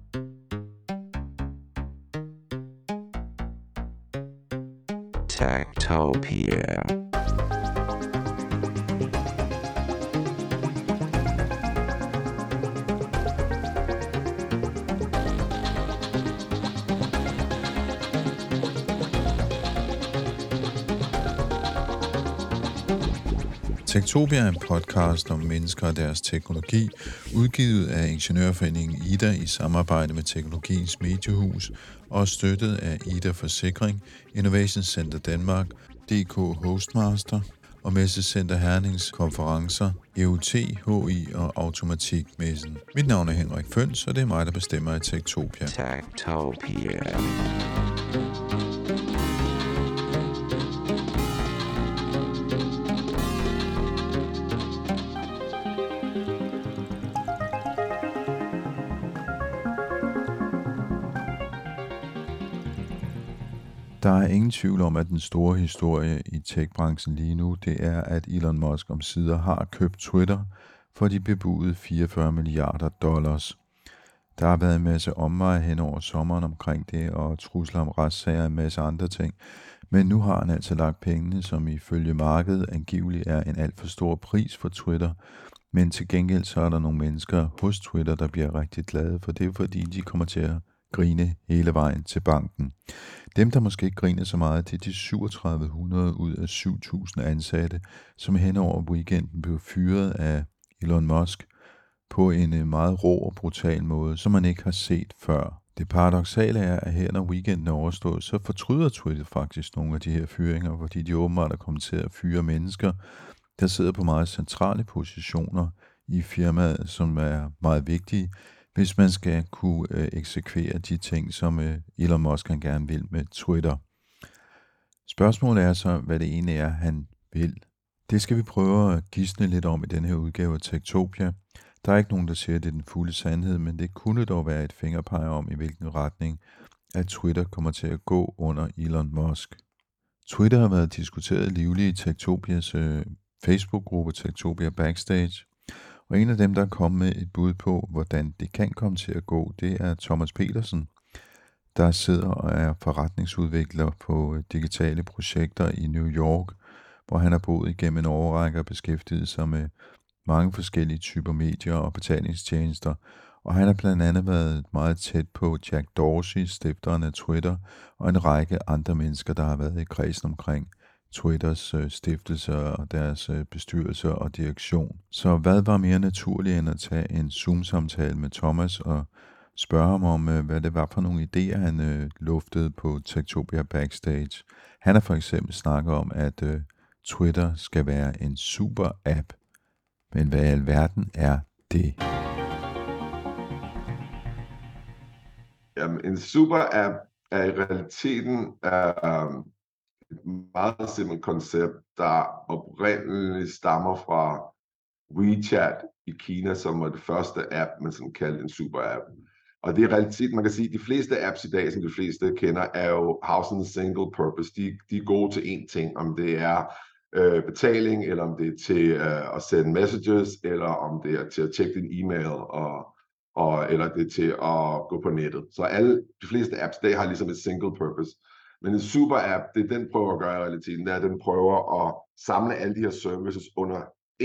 Techtopia. Techtopia er en podcast om mennesker og deres teknologi, udgivet af Ingeniørforeningen Ida i samarbejde med Teknologiens Mediehus og støttet af Ida Forsikring, Innovation Center Danmark, DK Hostmaster og Messecenter Hernings konferencer, EUT, HI og Automatikmessen. Mit navn er Henrik Føns, og det er mig, der bestemmer i Techtopia. Techtopia. Der er ingen tvivl om, at den store historie i tech-branchen lige nu, det er, at Elon Musk omsider har købt Twitter for de bebudede $44 milliarder. Der har været en masse omveje hen over sommeren omkring det, og trusler om retssager og en masse andre ting. Men nu har han altså lagt pengene, som ifølge markedet angiveligt er en alt for stor pris for Twitter. Men til gengæld så er der nogle mennesker hos Twitter, der bliver rigtig glade for det, fordi de kommer til at grine hele vejen til banken. Dem, der måske ikke griner så meget, det er de 3700 ud af 7000 ansatte, som hen over weekenden blev fyret af Elon Musk på en meget rå og brutal måde, som man ikke har set før. Det paradoksale er, at her når weekenden er overstået, så fortryder Twitter faktisk nogle af de her fyringer, fordi de åbenbart er kommet til at fyre mennesker, der sidder på meget centrale positioner i firmaet, som er meget vigtige, hvis man skal kunne eksekvere de ting, som Elon Musk han gerne vil med Twitter. Spørgsmålet er så, hvad det egentlig er, han vil. Det skal vi prøve at gisne lidt om i den her udgave af Techtopia. Der er ikke nogen, der siger, at det er den fulde sandhed, men det kunne dog være et fingerpeg om, i hvilken retning at Twitter kommer til at gå under Elon Musk. Twitter har været diskuteret livligt i Techtopias Facebook-gruppe Techtopia Backstage. Og en af dem, der er kommet med et bud på, hvordan det kan komme til at gå, det er Thomas Petersen, der sidder og er forretningsudvikler på digitale projekter i New York, hvor han har boet igennem en årrække og beskæftiget sig med mange forskellige typer medier og betalingstjenester. Og han har blandt andet været meget tæt på Jack Dorsey, stifteren af Twitter, og en række andre mennesker, der har været i kredsen omkring Twitters stiftelse og deres bestyrelse og direktion. Så hvad var mere naturligt end at tage en Zoom-samtale med Thomas og spørge ham om, hvad det var for nogle idéer, han luftede på Techtopia Backstage. Han har for eksempel snakket om, at Twitter skal være en super-app. Men hvad i alverden er det? Jamen, en super-app er i realiteten et meget simpelt koncept, der oprindeligt stammer fra WeChat i Kina, som var det første app, man sådan kaldte en super-app. Og det er i realiteten, man kan sige, at de fleste apps i dag, som de fleste kender, er jo house in a single purpose. De er gode til én ting, om det er betaling, eller om det er til at sende messages, eller om det er til at tjekke din e-mail, eller det er til at gå på nettet. Så de fleste apps i dag har ligesom et single purpose. Men en super app, det den prøver at gøre i realiteten, det er, at den prøver at samle alle de her services under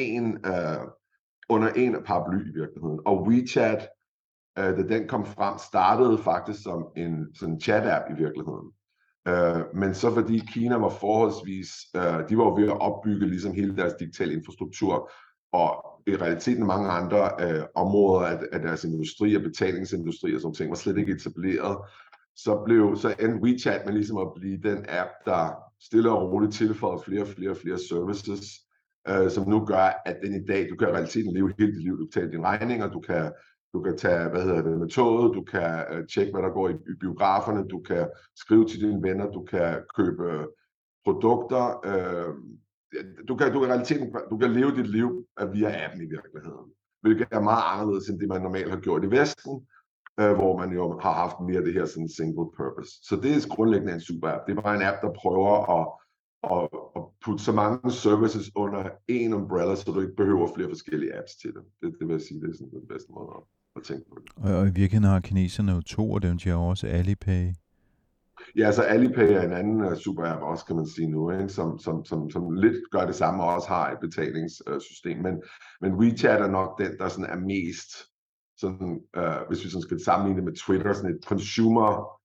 en paraply i virkeligheden. Og WeChat, da den kom frem, startede faktisk som en sådan chat-app i virkeligheden. Men så fordi Kina var forholdsvis, de var ved at opbygge ligesom hele deres digitale infrastruktur, og i realiteten mange andre områder af deres industri og betalingsindustri og sådan ting var slet ikke etableret, så endte WeChat med ligesom at blive den app, der stille og roligt tilføjer flere services, som nu gør, at den i dag, du kan i realiteten leve hele dit liv, du kan tage dine regninger, du kan tage, med toget, du kan tjekke, hvad der går i biograferne, du kan skrive til dine venner, du kan købe produkter, du kan i realiteten, du kan leve dit liv via appen i virkeligheden, hvilket er meget anderledes end det, man normalt har gjort i Vesten, hvor man jo har haft mere det her sådan single purpose. Så det er grundlæggende en super app. Det er bare en app, der prøver at putte så mange services under en umbrella, så du ikke behøver flere forskellige apps til det. Det vil jeg sige, det er sådan den bedste måde. at tænke på det. Og i virkeligheden har kineserne jo 2 af dem, de har også Alipay. Ja, så Alipay er en anden super-app også, kan man sige nu, ikke? Som lidt gør det samme og også har et betalingssystem. Men WeChat er nok den, der sådan er mest, sådan, hvis vi sådan skal sammenligne det med Twitter, sådan et consumer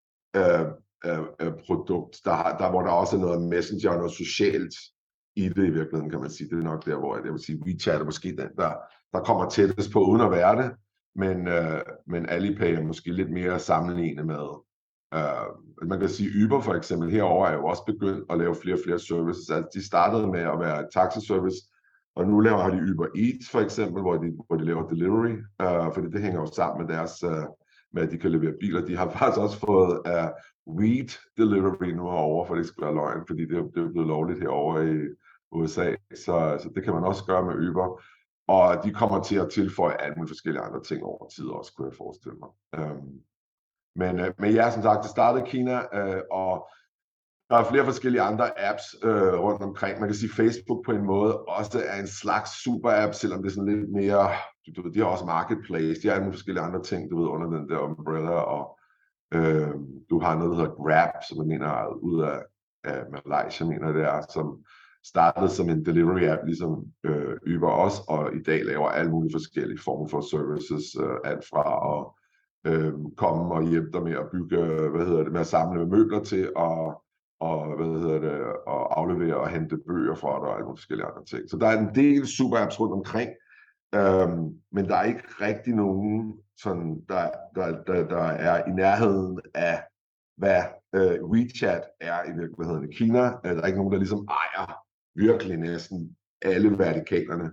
produkt, hvor der også er noget messenger og noget socialt i det i virkeligheden, kan man sige. Det er nok der, hvor jeg vil sige, WeChat er måske den, der kommer tættest på, uden at være det. Men Alipay er måske lidt mere sammenlignet med, man kan sige, Uber for eksempel herover er jo også begyndt at lave flere og flere services. Altså, de startede med at være taxiservice, og nu laver de Uber Eats for eksempel, hvor de laver delivery, fordi det hænger jo sammen med deres, med at de kan levere biler. De har faktisk også fået weed delivery nu herovre, for det skal være løgn, fordi det er blevet lovligt herovre i USA, så det kan man også gøre med Uber. Og de kommer til at tilføje alle mulige forskellige andre ting over tid også, kunne jeg forestille mig. Men ja, som sagt, det startede i Kina, og der er flere forskellige andre apps rundt omkring. Man kan sige, Facebook på en måde også er en slags super-app, selvom det er sådan lidt mere, du ved, de har også Marketplace, de har alle mulige forskellige andre ting, du ved, under den der umbrella, og du har noget, der hedder Grab, som jeg mener er ud af Malaysia, mener det er, som startede som en delivery-app, ligesom Uber også, og i dag laver alle mulige forskellige former for services, alt fra at komme og hjælpe dig med at bygge, med at samle møbler til, og og aflevere og hente bøger fra dig og alle mulige forskellige andre ting. Så der er en del super-apps rundt omkring, men der er ikke rigtig nogen, sådan, der er i nærheden af, hvad WeChat er i virkeligheden i Kina. Der er ikke nogen, der ligesom ejer virkelig næsten alle vertikalerne.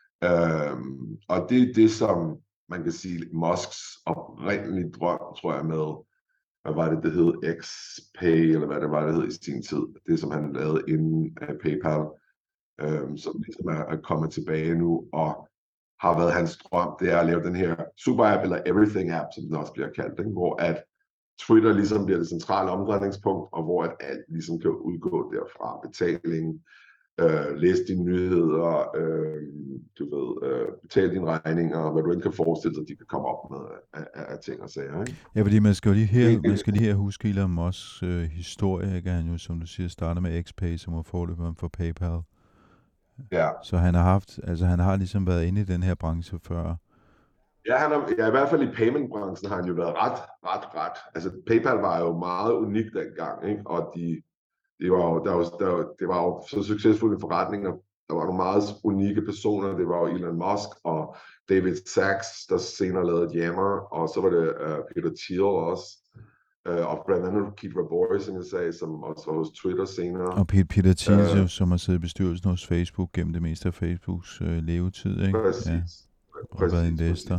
Og det er det, som man kan sige, Musks oprindelige drøm, tror jeg, med, hvad var det hed, XPay, eller hvad det var, det hed i sin tid. Det, som han lavede inden PayPal, som ligesom er kommet tilbage nu, og har været hans drøm, det er at lave den her super-app, eller everything-app, som den også bliver kaldt, ikke? Hvor at Twitter ligesom bliver det centrale omdrejningspunkt, og hvor at alt ligesom kan udgå derfra. Betaling, læse dine nyheder, betale dine regninger, hvad du end kan forestille dig, de kan komme op med af ting og sager. Ikke? Ja, fordi man skal lige her huske Elon Musks historie, ikke? Han jo, som du siger, starter med XPay, som var forløberen for PayPal. Ja. Så han har ligesom været inde i den her branche før. Ja, i hvert fald i payment-branchen har han jo været ret. Altså PayPal var jo meget unik dengang, ikke? Og det var jo så succesfulde forretninger. Der var nogle meget unikke personer. Det var jo Elon Musk og David Sachs, der senere lavede Yammer, og så var det Peter Thiel også. Og blandt andet Keith Rabois, som jeg sagde, som også var hos Twitter senere. Og Peter Thiel, som har siddet i bestyrelsen hos Facebook gennem det meste af Facebooks levetid, ikke? Præcis. Ja. Og været investor.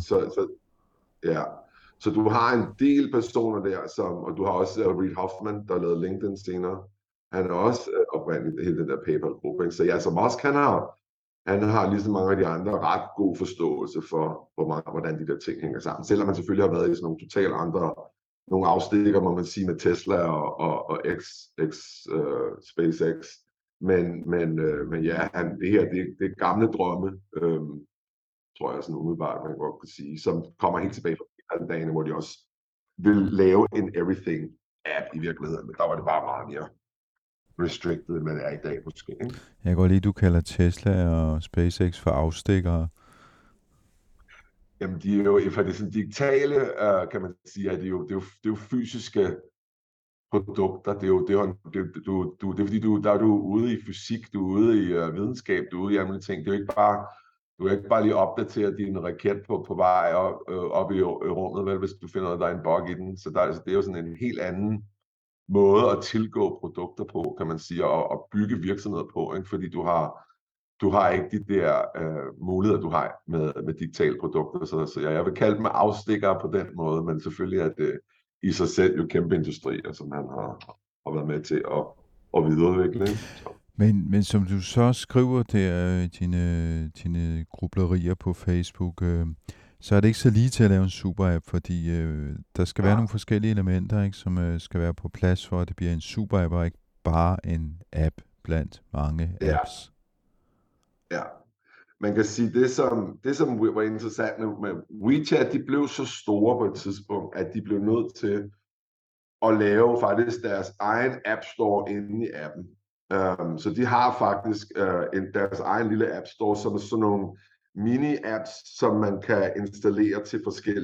Så du har en del personer der, og du har også Reid Hoffman, der lavede LinkedIn senere. Han er også oprindeligt hele den der PayPal-gruppe. Så ja, så Musk, han har ligesom mange af de andre ret god forståelse for, hvordan de der ting hænger sammen. Selvom man selvfølgelig har været i sådan nogle totalt andre, nogle afstikker, må man sige, med Tesla og SpaceX. Men ja, det her, det er gamle drømme, tror jeg sådan umiddelbart, man godt kan sige, som kommer helt tilbage fra de dagene, hvor de også vil lave en everything-app i virkeligheden. Men der var det bare meget mere restricted, end man er i dag måske. Ikke? Jeg kan godt lide, du kalder Tesla og SpaceX for afstikkere. Jamen, de er jo for det sådan digitale, kan man sige, at det er jo fysiske produkter. Det er fordi, der er du ude i fysik, du er ude i videnskab, du er ude i alle mulige ting. Det er jo ikke bare, du kan ikke bare lige opdatere din raket på vej op i rummet, vel, hvis du finder, at der er en bug i den. Så det er jo sådan en helt anden måde at tilgå produkter på, kan man sige, og bygge virksomheder på, ikke? Fordi du har ikke de der muligheder, du har med digitale produkter. Så jeg vil kalde dem afstikkere på den måde, men selvfølgelig er det i sig selv jo kæmpe industrier, som han har været med til at videreudvikle. Men som du så skriver der, dine grublerier på Facebook, så er det ikke så lige til at lave en super-app, fordi der skal være nogle forskellige elementer, ikke, som skal være på plads for, at det bliver en super-app, og ikke bare en app blandt mange apps. Ja. man kan sige, det som var interessant med WeChat, de blev så store på et tidspunkt, at de blev nødt til at lave faktisk deres egen App Store inde i appen. Så de har faktisk deres egen lille App Store, som er sådan nogle mini-apps, som man kan installere til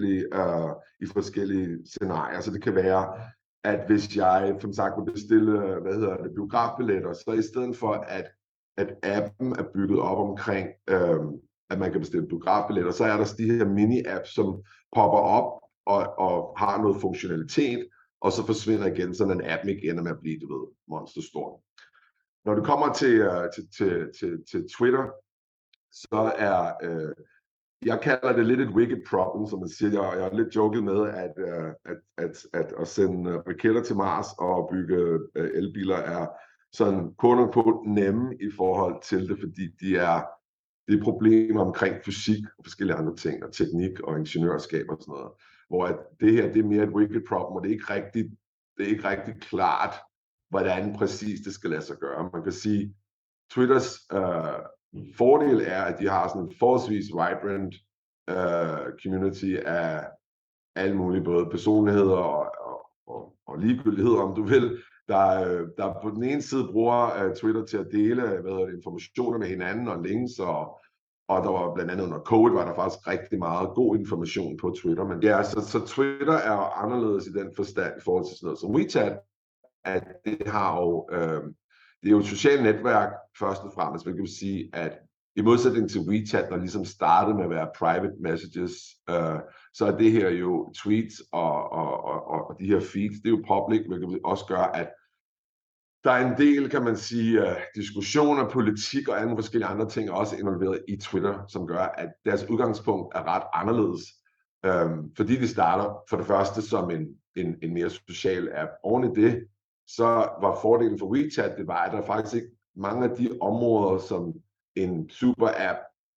i forskellige scenarier. Så det kan være, at hvis jeg som sagt vil bestille, biografbilletter, så i stedet for at appen er bygget op omkring, at man kan bestille biografbilletter, så er der de her mini-apps, som popper op og har noget funktionalitet, og så forsvinder igen, så den app ikke ender med at blive, monsterstor. Når det kommer til Twitter, så er, jeg kalder det lidt et wicked problem, som man siger. Jeg er lidt joket med, at sende raketter til Mars og bygge elbiler er sådan quote-unquote nemme i forhold til det, fordi det er problemer omkring fysik og forskellige andre ting, og teknik og ingeniørskab og sådan noget. Hvor at det her, det er mere et wicked problem, og det er ikke rigtig klart, hvordan præcis det skal lade sig gøre. Man kan sige, Twitters fordel er, at de har sådan en forholdsvis vibrant community af alle mulige, både personligheder og ligegyldigheder, om du vil, der på den ene side bruger Twitter til at dele informationer med hinanden og links, og der var blandt andet under COVID, var der faktisk rigtig meget god information på Twitter. Men ja, så Twitter er jo anderledes i den forstand i forhold til sådan noget som WeChat, at det er jo et socialt netværk først og fremmest, hvilket vil sige, at i modsætning til WeChat, der ligesom startede med at være private messages, så er det her jo tweets og de her feeds, det er jo public, hvilket også gør, at der er en del, kan man sige, diskussioner, politik og alle forskellige andre ting også involveret i Twitter, som gør, at deres udgangspunkt er ret anderledes. Fordi de starter for det første som en mere social app. Oven i det, så var fordelen for WeChat, det var, at der faktisk ikke mange af de områder, som en super app,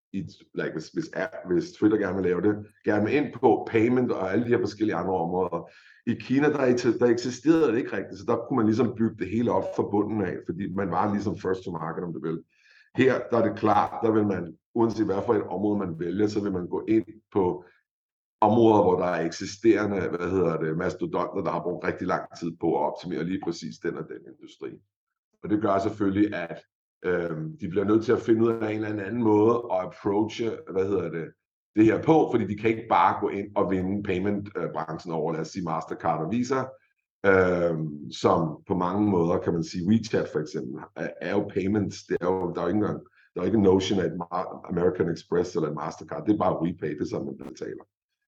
hvis Twitter gerne vil lave det, gerne vil ind på payment og alle de her forskellige andre områder. I Kina, der eksisterede det ikke rigtigt, så der kunne man ligesom bygge det hele op fra bunden af, fordi man var ligesom first to market, om du vil. Her, der er det klart, der vil man, uanset hvad for et område man vælger, så vil man gå ind på områder, hvor der er eksisterende, mastodonter, der har brugt rigtig lang tid på at optimere lige præcis den og den industri. Og det gør selvfølgelig, at de bliver nødt til at finde ud af en eller anden måde at approache, det her på, fordi de kan ikke bare gå ind og vinde payment-branchen over, lad os sige Mastercard og Visa, som på mange måder, kan man sige, WeChat for eksempel, er jo payments, der er ikke en notion af et American Express eller en Mastercard, det er bare WePay, det er sådan, man betaler.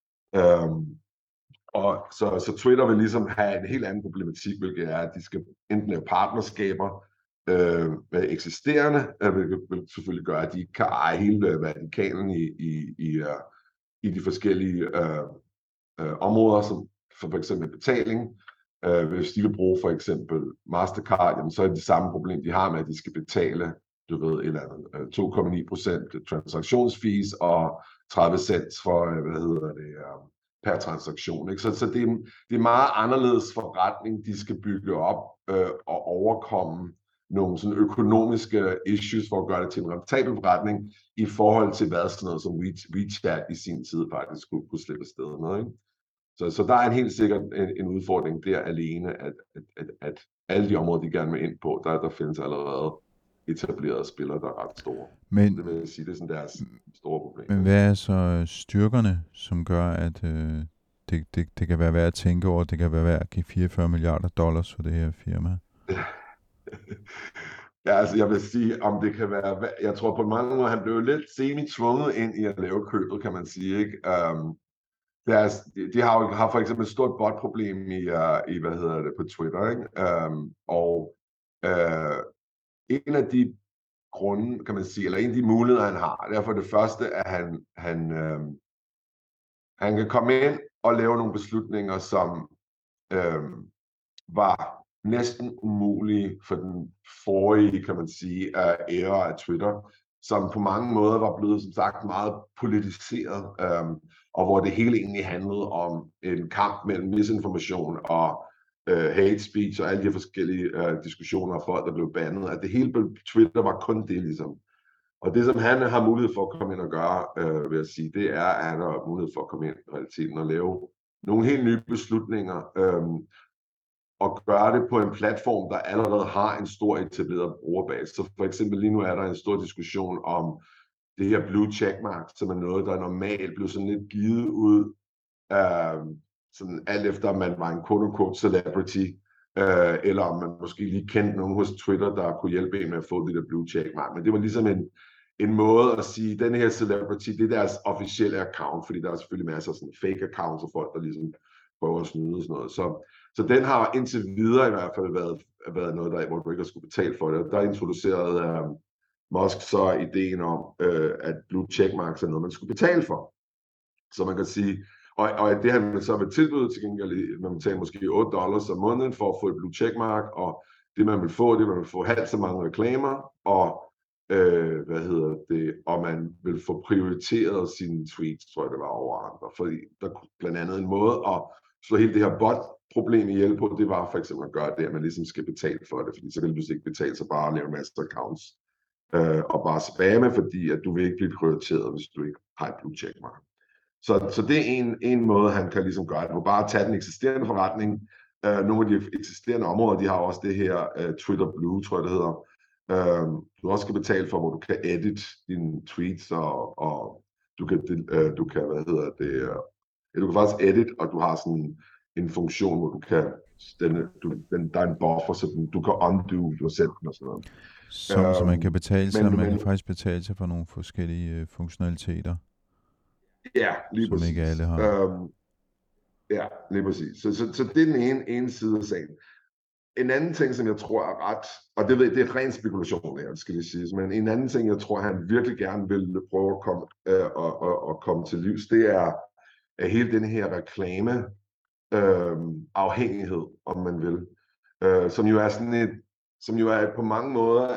Og så Twitter vil ligesom have en helt anden problematik, hvilket er, at de skal enten lave partnerskaber med eksisterende, hvilket vil selvfølgelig gøre, at de kan eje hele vertikalen i de forskellige områder, som for eksempel betaling. Hvis de vil bruge for eksempel Mastercard, jamen, så er det samme problem, de har med, at de skal betale, et eller andet 2,9% transaktionsfees og 30 cents for, per transaktion. Ikke? Så det er meget anderledes forretning, de skal bygge op og overkomme nogle sådan økonomiske issues for at gøre det til en rentabel forretning i forhold til hvad sådan noget som WeChat i sin tid faktisk kunne slippe afsted med. Ikke? Så der er helt sikkert en udfordring der alene, at alle de områder, de gerne vil ind på, der findes allerede etablerede spillere, der er ret store. Men, det vil jeg sige, det er sådan deres store problem. Men hvad er så styrkerne, som gør, at det kan være værd at tænke over, det kan være værd at give $44 milliarder for det her firma? Ja, altså jeg vil sige, om det kan være, jeg tror på mange måder, han blev lidt semi-tvunget ind i at lave købet, kan man sige, ikke? De har for eksempel et stort bot-problem på Twitter, ikke? En af de grunde, kan man sige, eller en af de muligheder, han har, det er for det første, at han kan komme ind og lave nogle beslutninger, som var næsten umulige for den forrige, kan man sige, æra af Twitter, som på mange måder var blevet, som sagt, meget politiseret, og hvor det hele egentlig handlede om en kamp mellem misinformation og hate speech og alle de forskellige diskussioner af folk, der blev bandet. At det hele på Twitter var kun det, ligesom. Og det, som han har mulighed for at komme ind og gøre, vil jeg sige, det er, at han har mulighed for at komme ind i realiteten og lave nogle helt nye beslutninger, og gøre det på en platform, der allerede har en stor etableret brugerbase. Så for eksempel lige nu er der en stor diskussion om det her blue checkmark, som er noget, der normalt blev sådan lidt givet ud, sådan alt efter om man var en quote-unquote celebrity, eller om man måske lige kendte nogen hos Twitter, der kunne hjælpe en med at få det der blue checkmark. Men det var ligesom en måde at sige, den her celebrity, det er deres officielle account, fordi der er selvfølgelig masser af sådan fake accounts og folk, der ligesom prøver at snyde og sådan noget. Så den har indtil videre i hvert fald været noget, hvor du ikke har skulle betale for det. Der introducerede Musk så ideen om, at blue checkmarks er noget, man skulle betale for. Så man kan sige, og det han så vil tilbyde til gengæld, man betaler måske $8 om måneden for at få et blue checkmark, og det man vil få, det man vil få halvt så mange reklamer, og og man vil få prioriteret sine tweets, tror jeg det var, over andre. Fordi der blandt andet en måde at slå hele det her bot-problem ihjel på, det var for eksempel at gøre det, at man ligesom skal betale for det, fordi så kan du ikke betale sig bare at lave en masse accounts og bare spamme, fordi at du vil ikke blive prioriteret, hvis du ikke har et blue checkmark. Så det er en måde, han kan ligesom gøre det. Du bare tage den eksisterende forretning. Nogle af de eksisterende områder, de har også det her Twitter Blue, tror jeg det hedder. Du også skal betale for, hvor du kan edit dine tweets, og du kan du kan faktisk edit, og du har sådan en funktion, hvor du kan, der er en buffer, så du kan undo yourself og sådan noget. Så man kan betale sig, man kan faktisk betale sig for nogle forskellige funktionaliteter. Ja, lige som præcis. Ikke alle har. Ja, lige præcis. Så det er den ene side af sagen. En anden ting, som jeg tror er ret, og det er ren spekulation her, skal det siges, men en anden ting, jeg tror, han virkelig gerne vil prøve at komme til livs, det er hele den her reklame afhængighed, om man vil, som jo er sådan som jo er på mange måder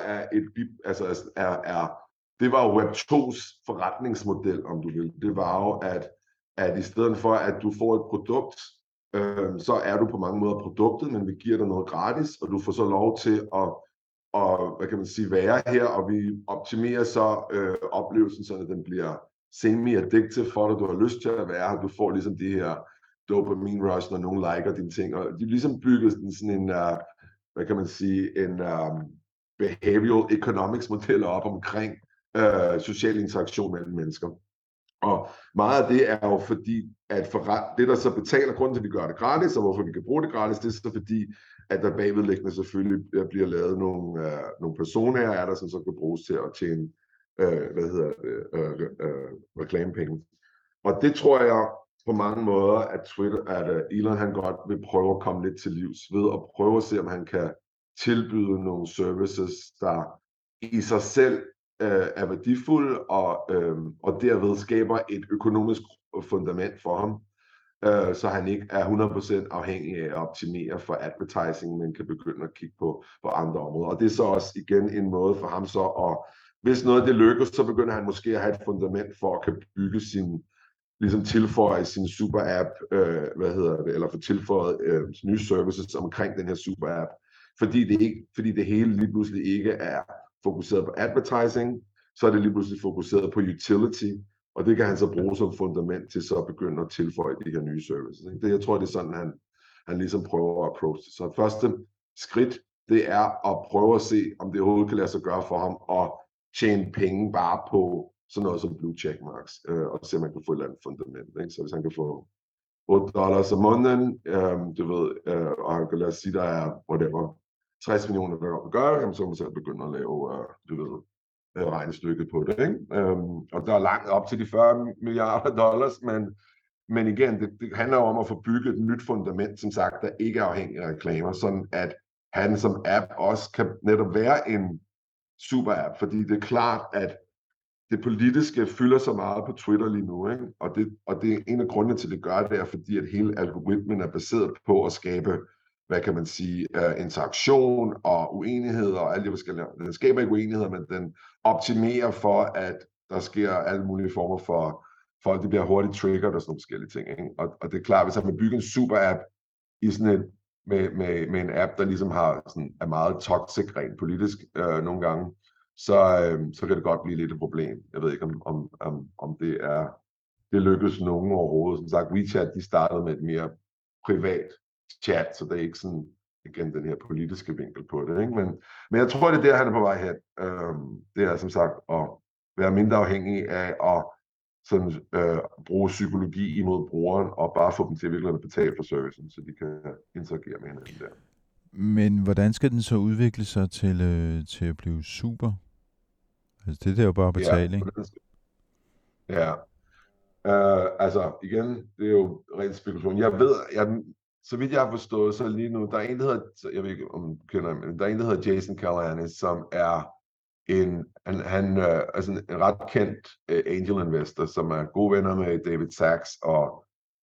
det var jo Web2's forretningsmodel, om du vil. Det var jo, at i stedet for, at du får et produkt, så er du på mange måder produktet, men vi giver dig noget gratis, og du får så lov til at hvad kan man sige, være her, og vi optimerer så oplevelsen, så den bliver semi-addictive for dig, du har lyst til at være her, du får ligesom de her dopamine rush, når nogen liker dine ting, og de ligesom bygget sådan en, hvad kan man sige, en behavioral economics model op omkring social interaktion mellem mennesker. Og meget af det er jo fordi, at det der så betaler, grunden til at vi gør det gratis, og hvorfor vi kan bruge det gratis, det er så fordi, at der bagvedliggende selvfølgelig bliver lavet nogle personer, der som så kan bruges til at tjene reklamepenge. Og det tror jeg på mange måder, at Elon han godt vil prøve at komme lidt til livs ved at prøve at se, om han kan tilbyde nogle services, der i sig selv er værdifulde og derved skaber et økonomisk fundament for ham, så han ikke er 100% afhængig af at optimere for advertising, men kan begynde at kigge på andre områder. Og det er så også igen en måde for ham så, og hvis noget det lykkes, så begynder han måske at have et fundament for at kan bygge ligesom tilføje sin super app, eller få tilføjet nye services omkring den her super app, fordi det hele lige pludselig ikke er fokuseret på advertising, så er det lige pludselig fokuseret på utility, og det kan han så bruge som fundament til så at begynde at tilføje de her nye services. Det, jeg tror, det er sådan, han ligesom prøver at approach det. Så første skridt, det er at prøve at se, om det overhovedet kan lade sig gøre for ham at tjene penge bare på sådan noget som blue checkmarks, og se, om man kan få et eller andet fundament. Ikke? Så hvis han kan få $8 om måneden, og han kan lade os sige, der er 60 millioner, der godt vil gøre det, så kan man selv begynde at lave, regnestykket på det. Ikke? Og der er langt op til de $40 milliarder, men igen, det handler om at få bygget et nyt fundament, som sagt, der ikke er afhængig af reklamer, sådan at han som app også kan netop være en super app, fordi det er klart, at det politiske fylder så meget på Twitter lige nu, ikke? Og det er en af grundene til, at det gør det, er fordi, at hele algoritmen er baseret på at skabe, hvad kan man sige, interaktion og uenighed og alt det forskellige. Den skaber ikke uenigheder, men den optimerer for, at der sker alle mulige former for folk, de bliver hurtigt triggered og sådan nogle forskellige ting. Ikke? Og det er klart, hvis man bygger en super app i sådan med en app, der ligesom er meget toxic rent politisk nogle gange, så kan det godt blive lidt et problem. Jeg ved ikke, om det lykkes nogen overhovedet. Som sagt, WeChat, de startede med et mere privat chat, så det er ikke sådan, igen, den her politiske vinkel på det. Ikke? Men jeg tror, det er der, han er på vej hen. Det er som sagt at være mindre afhængig af at sådan, bruge psykologi imod brugeren, og bare få dem til virkelig at betale for servicen, så de kan interagere med hinanden der. Men hvordan skal den så udvikle sig til at blive super? Altså det er jo bare betaling. Ja. Altså igen, det er jo ren spekulation. Jeg ved, så vidt jeg har forstået, så lige nu, der er en, der hedder, jeg ved ikke om du kender ham, men der er en, der hedder Jason Calacanis, som er han er sådan en ret kendt angel investor, som er gode venner med David Sachs og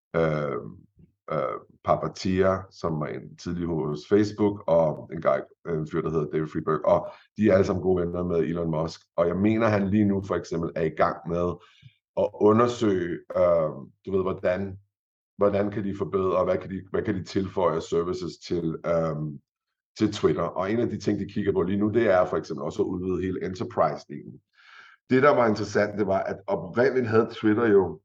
Papatia, som var en tidlig hos Facebook, og en fyr, der hedder David Friedberg, og de er alle sammen gode venner med Elon Musk. Og jeg mener, han lige nu for eksempel er i gang med at undersøge, du ved, hvordan kan de forbedre, og hvad kan de tilføje services til Twitter. Og en af de ting, de kigger på lige nu, det er for eksempel også at udvide hele enterprise-delen. Det, der var interessant, det var, at oprindeligt havde Twitter jo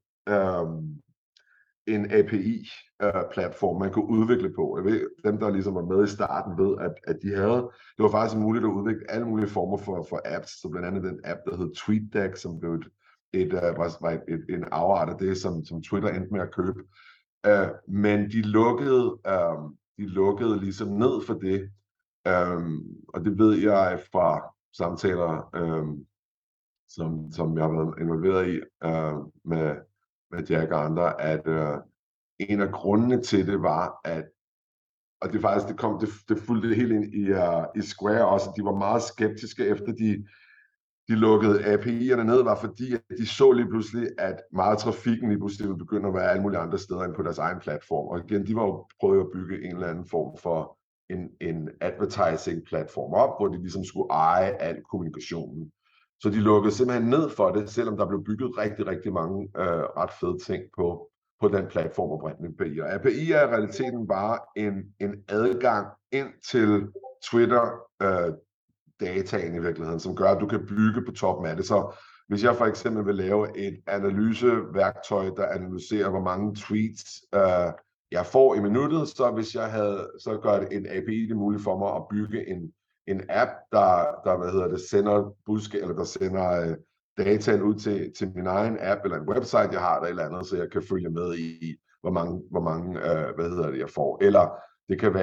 en API-platform, man kunne udvikle på. Jeg ved, dem, der ligesom var med i starten, ved, at det var faktisk muligt at udvikle alle mulige former for apps, så blandt andet den app, der hed TweetDeck, som blev en afart af det, som Twitter endte med at købe. Men de lukkede ligesom ned for det, og det ved jeg fra samtaler, som jeg har været involveret i med Jack og andre, at en af grundene til det var, at og det faktisk det fulgte det helt ind i Square også, de var meget skeptiske efter de lukkede API'erne ned, var fordi, at de så lige pludselig, at meget trafikken lige pludselig ville begynde at være alle mulige andre steder end på deres egen platform. Og igen, de var jo prøvet at bygge en eller anden form for en advertising-platform op, hvor de ligesom skulle eje al kommunikationen. Så de lukkede simpelthen ned for det, selvom der blev bygget rigtig, rigtig mange ret fede ting på den platform oprindeligt API. Og API er i realiteten bare en adgang ind til Twitter dataen i virkeligheden, som gør, at du kan bygge på toppen af det. Så hvis jeg for eksempel vil lave et analyseværktøj, der analyserer, hvor mange tweets jeg får i minuttet, så gør det en API det muligt for mig at bygge en app, der sender budskab, eller der sender dataen ud til min egen app, eller en website, jeg har der eller andet, så jeg kan følge med i hvor mange jeg får. Eller det kan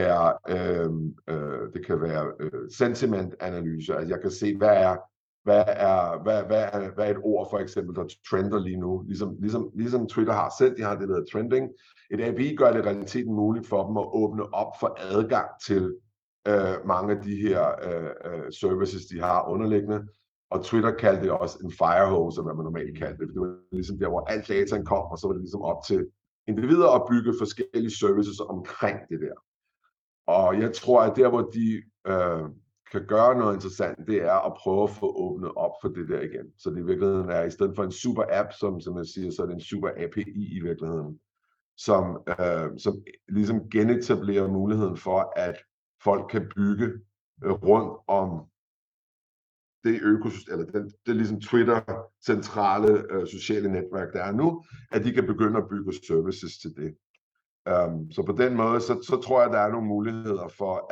være sentiment-analyser. Altså jeg kan se, hvad er et ord for eksempel, der trender lige nu. Ligesom Twitter har selv, de har det, der hedder trending. Et API gør det i realiteten muligt for dem at åbne op for adgang til mange af de her services, de har underliggende. Og Twitter kaldte det også en firehose, hvad man normalt kaldte det. Det var ligesom der, hvor alt dataen kom, og så var det ligesom op til individer at bygge forskellige services omkring det der. Og jeg tror, at der, hvor de kan gøre noget interessant, det er at prøve at få åbnet op for det der igen. Så det i virkeligheden er, i stedet for en super app, som jeg siger, så er det en super API i virkeligheden, som ligesom genetablerer muligheden for, at folk kan bygge rundt om det økosystem, eller det ligesom Twitter centrale sociale netværk, der er nu, at de kan begynde at bygge services til det. Så på den måde, så tror jeg, der er nogle muligheder for,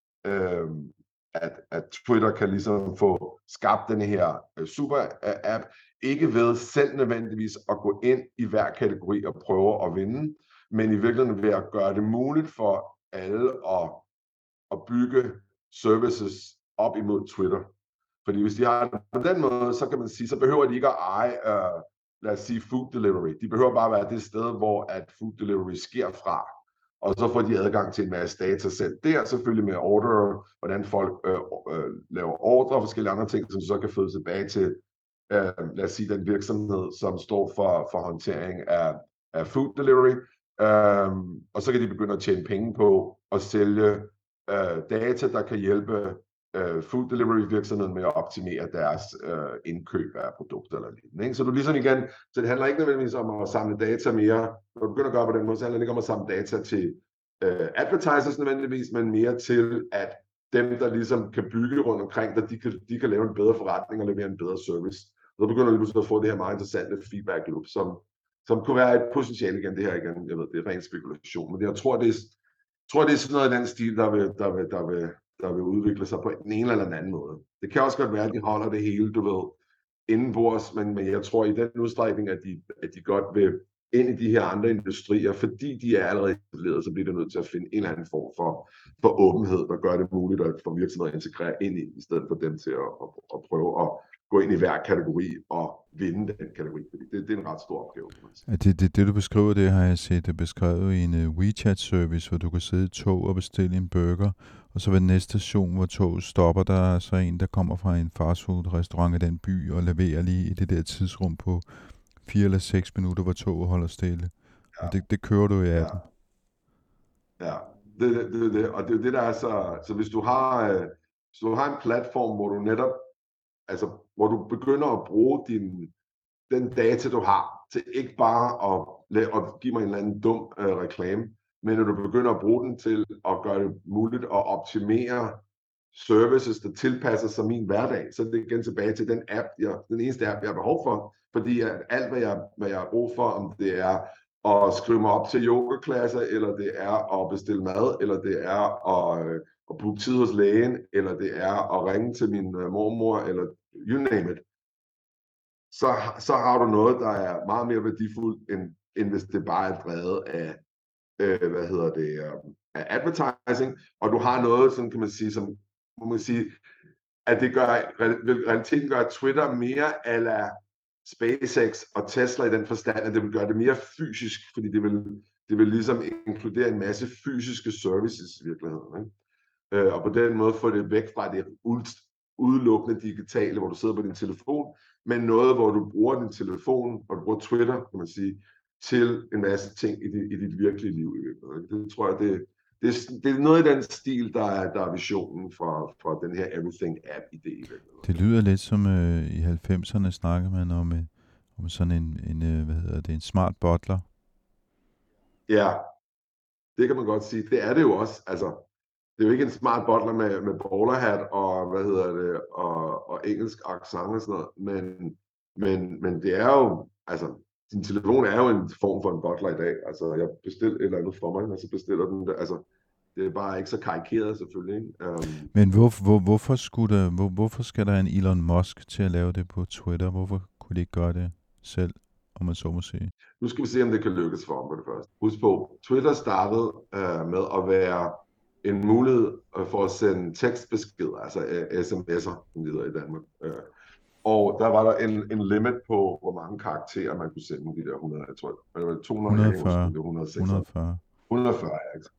at Twitter kan ligesom få skabt den her super app, ikke ved selv nødvendigvis at gå ind i hver kategori og prøve at vinde, men i virkeligheden ved at gøre det muligt for alle at bygge services op imod Twitter. Fordi hvis de har det på den måde, så kan man sige, så behøver de ikke at eje, lad os sige, food delivery. De behøver bare være det sted, hvor at food delivery sker fra. Og så får de adgang til en masse data selv. Det er selvfølgelig med order, hvordan folk laver ordre og forskellige andre ting, som så kan føde tilbage til, lad os sige, den virksomhed, som står for håndtering af food delivery. Og så kan de begynde at tjene penge på at sælge data, der kan hjælpe food delivery virksomheden med at optimere deres indkøb af produkter eller lignende. Så du ligesom igen, så det handler ikke nødvendigvis om at samle data mere, når du begynder at gøre på den måde, så handler det ikke om at samle data til advertisers nødvendigvis, men mere til, at dem, der ligesom kan bygge rundt omkring, der de kan lave en bedre forretning og levere en bedre service. Så begynder vi pludselig at få det her meget interessante feedback loop, som kunne være et potentiale igen. Det her igen, jeg ved, det er ren spekulation, men jeg tror, det er sådan noget af den stil, der vil udvikle sig på den ene eller den anden måde. Det kan også godt være, at de holder det hele, du ved, indenbords, men jeg tror i den udstrækning, at de godt vil ind i de her andre industrier, fordi de er allerede etableret, så bliver det nødt til at finde en eller anden form for åbenhed, der gør det muligt at få virksomheder at integrere ind i stedet for dem til at prøve at gå ind i hver kategori og vinde den kategori, fordi det er en ret stor opgave. Det du beskriver, det har jeg set det beskrevet i en WeChat-service, hvor du kan sidde i tog og bestille en burger, og så ved den næste station, hvor toget stopper, der er så en, der kommer fra en fastfood-restaurant i den by og leverer lige i det der tidsrum på 4 eller 6 minutter, hvor toget holder stille. Ja. Og det kører du i appen. Ja, det er det. Og det er jo det, der er så hvis du har en platform, hvor du netop, altså hvor du begynder at bruge den data, du har, til ikke bare at give mig en eller anden dum reklame, men når du begynder at bruge den til at gøre det muligt at optimere services, der tilpasser sig min hverdag, så er det igen tilbage til den eneste app, jeg har behov for, fordi alt, hvad jeg har brug for, om det er at skrive mig op til yogaklasser, eller det er at bestille mad, eller det er at bruge tid hos lægen, eller det er at ringe til min mormor, eller you name it, så har du noget, der er meget mere værdifuldt, end hvis det bare er drevet af af advertising, og du har noget, sådan kan man sige, at det gør, realiteten gør Twitter mere a la SpaceX og Tesla i den forstand, at det vil gøre det mere fysisk, fordi det vil ligesom inkludere en masse fysiske services i virkeligheden, ikke? Og på den måde få det væk fra det udelukkende digitale, hvor du sidder på din telefon, men noget, hvor du bruger din telefon, og du bruger Twitter, kan man sige, til en masse ting i dit virkelige liv. Det tror jeg, det er noget i den stil, der er visionen for den her Everything app-idé. Det lyder lidt som i 90'erne snakkede man om sådan en smart butler. Ja, det kan man godt sige. Det er det jo også. Altså, det er jo ikke en smart butler med bowlerhat og og engelsk accent og sådan noget, men det er jo, altså, din telefon er jo en form for en butler i dag. Altså, jeg bestiller et eller andet for mig, og så bestiller den det. Altså, det er bare ikke så karikeret selvfølgelig, ikke? Men hvorfor skal der en Elon Musk til at lave det på Twitter? Hvorfor kunne de ikke gøre det selv, om man så må sige? Nu skal vi se, om det kan lykkes for ham på det første. Husk på, Twitter startede med at være en mulighed for at sende tekstbeskeder, altså sms'er, som det hedder i Danmark. Og der var der en limit på, hvor mange karakterer man kunne sende, de der 100, jeg tror, det var 200, 140. 140, ja, ikke?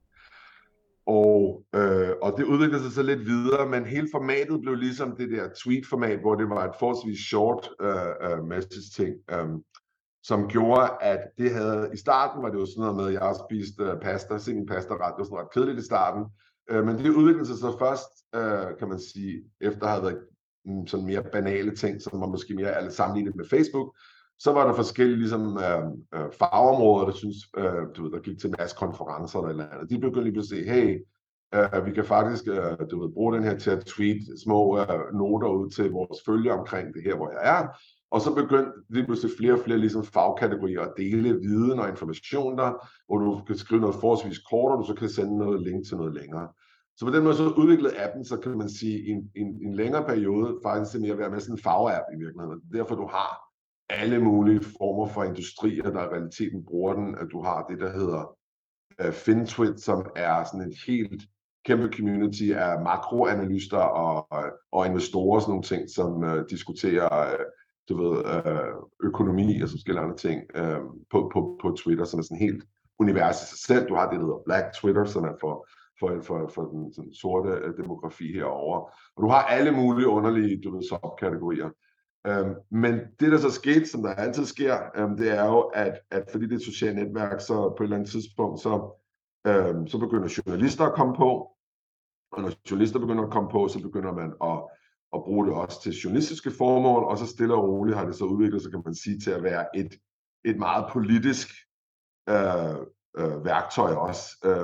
Og det udviklede sig så lidt videre, men hele formatet blev ligesom det der tweet-format, hvor det var et forholdsvis short message-ting, som gjorde, at det havde, i starten var det jo sådan noget med, at jeg har spist pasta, se min pasta-ret, det var sådan ret kedeligt i starten, men det udviklede sig så først, kan man sige, efter at have været sådan mere banale ting, som var måske mere sammenlignet med Facebook, så var der forskellige ligesom, fagområder, der synes, der gik til masse konferencer eller andet. De begyndte lige at se, hey, vi kan faktisk bruge den her til at tweet små noter ud til vores følgere omkring det her, hvor jeg er. Og så begyndte lige pludselig flere og flere ligesom, fagkategorier at dele viden og information der, hvor du kan skrive noget forholdsvis kort, og du så kan sende noget link til noget længere. Så på den måde så udviklede appen, så kan man sige, i en længere periode faktisk til mere at være med sådan en fag-app i virkeligheden. Derfor du har alle mulige former for industrier, der i realiteten bruger den. At du har det, der hedder FinTwit, som er sådan et helt kæmpe community af makroanalyster og investorer, sådan nogle ting, som diskuterer økonomi og forskellige andre ting på Twitter, som er sådan helt univers i sig selv. Du har det, der hedder Black Twitter, som er for den sådan sorte demografi herover. Og du har alle mulige underlige, subkategorier. Men det, der så skete, som der altid sker, det er jo, at fordi det er et socialt netværk, så på et eller andet tidspunkt, så begynder journalister at komme på. Og når journalister begynder at komme på, så begynder man at bruge det også til journalistiske formål, og så stille og roligt har det så udviklet sig, kan man sige, til at være et meget politisk værktøj også.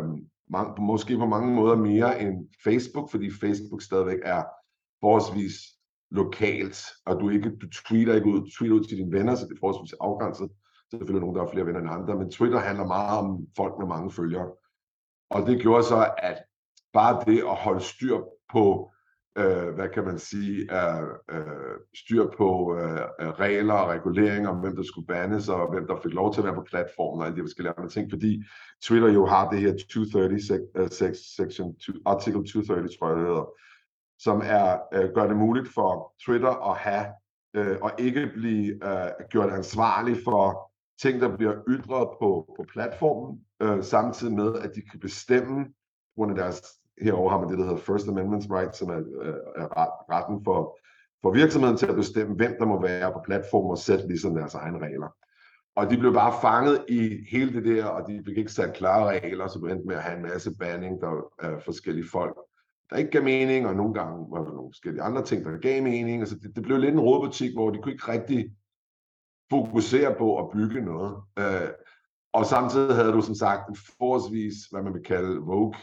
måske på mange måder mere end Facebook, fordi Facebook stadigvæk er forholdsvis lokalt, og du tweeter ikke ud til dine venner, så det er forholdsvis afgrænset. Selvfølgelig nogen, der har flere venner end andre, men Twitter handler meget om folk med mange følgere. Og det gjorde så, at bare det at holde styr på, hvad kan man sige, styr på regler og reguleringer om, hvem der skulle bannes, og hvem der fik lov til at være på platformen, og alle de forskellige andre ting, fordi Twitter jo har det her 230, artikel 230, tror jeg det hedder, som gør det muligt for Twitter at have, og ikke blive gjort ansvarlig for ting, der bliver ytret på platformen, samtidig med, at de kan bestemme, på grund af deres, herovre har man det, der hedder First Amendment Right, som er retten for virksomheden til at bestemme, hvem der må være på platformen og sætte ligesom deres egne regler. Og de blev bare fanget i hele det der, og de fik ikke sat klare regler, så endte med at have en masse banning, der er forskellige folk, der ikke gav mening, og nogle gange var der nogle forskellige andre ting, der gav mening. Altså det blev lidt en rodebutik, hvor de kunne ikke rigtig fokusere på at bygge noget. Og samtidig havde du som sagt en forholdsvis, hvad man vil kalde woke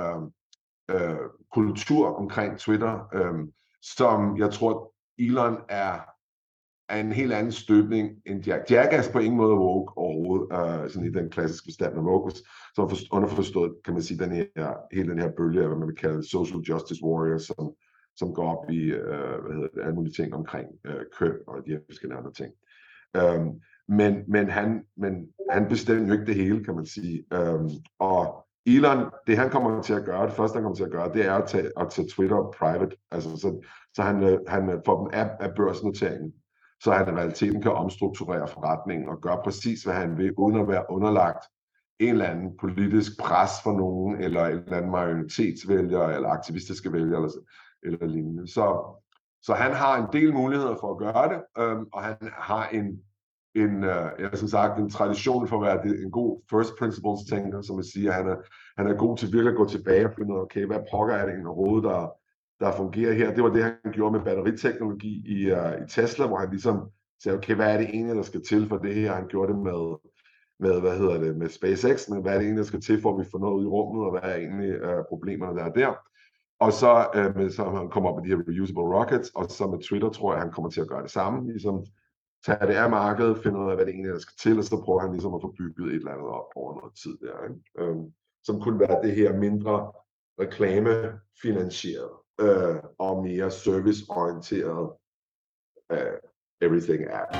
kultur omkring Twitter, som jeg tror Elon er en helt anden støbning end Jack. Jack er på ingen måde woke overhovedet, sådan i den klassiske forstand af woke, som underforstået, kan man sige, hele den her bølge af, hvad man vil kalde social justice warriors, som går op i alle mulige ting omkring køn og de her forskellige andre ting. Men han bestemmer jo ikke det hele, kan man sige. Og Elon, det han kommer til at gøre, det første han kommer til at gøre, det er at tage Twitter private, altså så han får dem af børsnoteringen, så han i realiteten kan omstrukturere forretningen og gøre præcis, hvad han vil, uden at være underlagt en eller anden politisk pres for nogen, eller en eller anden majoritetsvælger, eller aktivistiske vælger, eller lignende. Så han har en del muligheder for at gøre det, og han har som sagt, en tradition for at være en god first principles tænker, som man siger, han er god til virkelig at gå tilbage og finde ud af, okay, hvad pokker er det en hoved, der fungerer her. Det var det, han gjorde med batteriteknologi i Tesla, hvor han ligesom sagde, okay, hvad er det egentlig, der skal til for det her? Han gjorde det med SpaceX, men hvad er det egentlig, der skal til for, at vi får noget ud i rummet, og hvad er egentlig problemerne, der er der? Og så han kommer op med de her reusable rockets, og så med Twitter tror jeg, han kommer til at gøre det samme, ligesom tage det af markedet, finde ud af, hvad det egentlig er, der skal til, og så prøver han ligesom at få bygget et eller andet op over noget tid der, ikke? Som kunne være det her mindre reklamefinansieret og mere serviceorienteret everything app.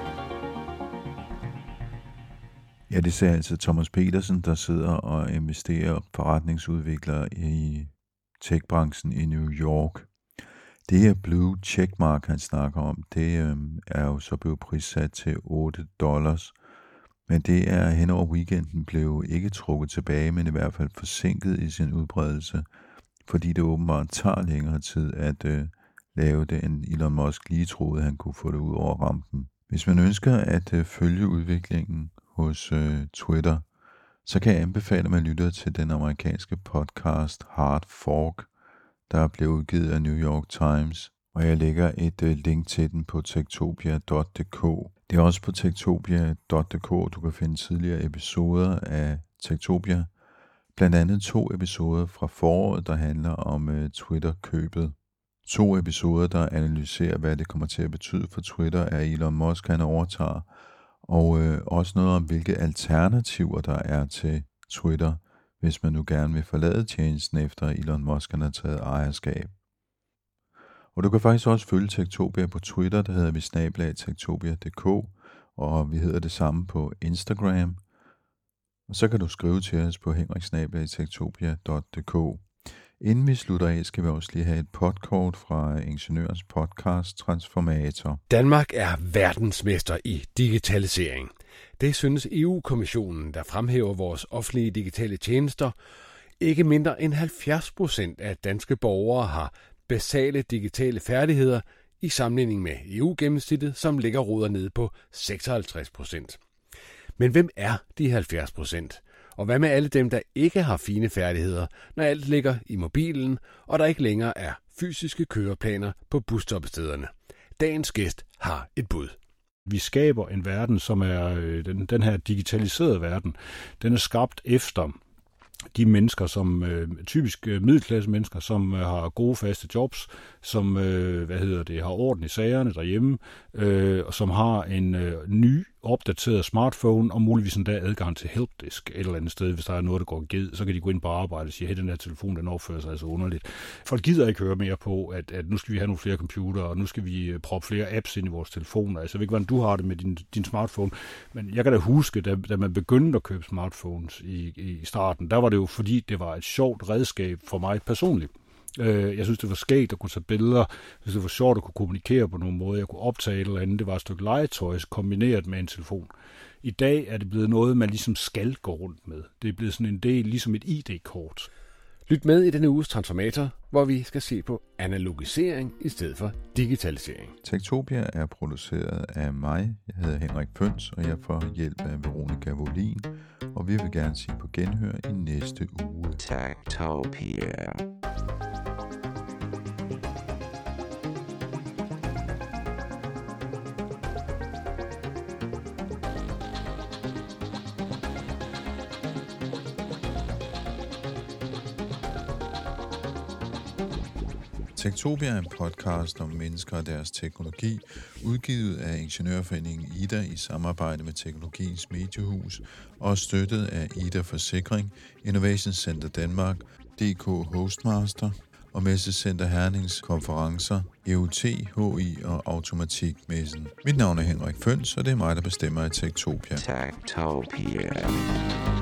Ja, det sagde altså Thomas Petersen, der sidder og investerer og forretningsudvikler i techbranchen i New York. Det her blue checkmark, han snakker om, det er jo så blevet prissat til $8. Men det er hen over weekenden blev ikke trukket tilbage, men i hvert fald forsinket i sin udbredelse, fordi det åbenbart tager længere tid at lave det, end Elon Musk lige troede, han kunne få det ud over rampen. Hvis man ønsker at følge udviklingen hos Twitter, så kan jeg anbefale, at man lytter til den amerikanske podcast Hard Fork, der blev udgivet af New York Times, og jeg lægger et link til den på techtopia.dk. Det er også på techtopia.dk, du kan finde tidligere episoder af Techtopia, blandt andet 2 episoder fra foråret, der handler om Twitter-købet. 2 episoder, der analyserer, hvad det kommer til at betyde for Twitter, at Elon Musk han overtager, og også noget om, hvilke alternativer der er til Twitter, hvis man nu gerne vil forlade tjenesten efter Elon Musk har taget ejerskab. Og du kan faktisk også følge Techtopia på Twitter, der hedder vi @techtopia.dk, og vi hedder det samme på Instagram. Og så kan du skrive til os på henrik@techtopia.dk. Inden vi slutter af, skal vi også lige have et podkort fra Ingeniørens podcast Transformator. Danmark er verdensmester i digitalisering. Det synes EU-kommissionen, der fremhæver vores offentlige digitale tjenester. Ikke mindre end 70% af danske borgere har basale digitale færdigheder i sammenligning med EU-gennemsnittet, som ligger ruder nede på 56%. Men hvem er de 70%? Og hvad med alle dem, der ikke har fine færdigheder, når alt ligger i mobilen, og der ikke længere er fysiske køreplaner på busstoppestederne? Dagens gæst har et bud. Vi skaber en verden, som er den her digitaliserede verden. Den er skabt efter de mennesker, som typisk middelklasse mennesker, som har gode faste jobs, som har orden i sagerne derhjemme, og som har en ny opdateret smartphone, og muligvis endda adgang til helpdesk et eller andet sted. Hvis der er noget, der går ged, så kan de gå ind på arbejde og sige, hey, den her telefon, den opfører sig altså underligt. Folk gider ikke høre mere på, at nu skal vi have nogle flere computere, og nu skal vi proppe flere apps ind i vores telefoner. Altså, jeg ved ikke, hvordan du har det med din smartphone, men jeg kan da huske, da man begyndte at købe smartphones i starten, der var det jo fordi, det var et sjovt redskab for mig personligt. Jeg synes, det var skægt at kunne tage billeder. Jeg synes, det var sjovt at kunne kommunikere på nogle måder. Jeg kunne optage et eller andet. Det var et stykke legetøj kombineret med en telefon. I dag er det blevet noget, man ligesom skal gå rundt med. Det er blevet sådan en del, ligesom et ID-kort. Lyt med i denne uges Transformator, hvor vi skal se på analogisering i stedet for digitalisering. Techtopia er produceret af mig. Jeg hedder Henrik Føns, og jeg får hjælp af Veronica Volin. Og vi vil gerne sige på genhør i næste uge. Techtopia. Techtopia er en podcast om mennesker og deres teknologi, udgivet af Ingeniørforeningen Ida i samarbejde med Teknologiens Mediehus og støttet af Ida Forsikring, Innovation Center Danmark, DK Hostmaster og Messecenter Hernings konferencer, EUT, HI og Automatikmessen. Mit navn er Henrik Føns, og det er mig, der bestemmer i Techtopia. Techtopia.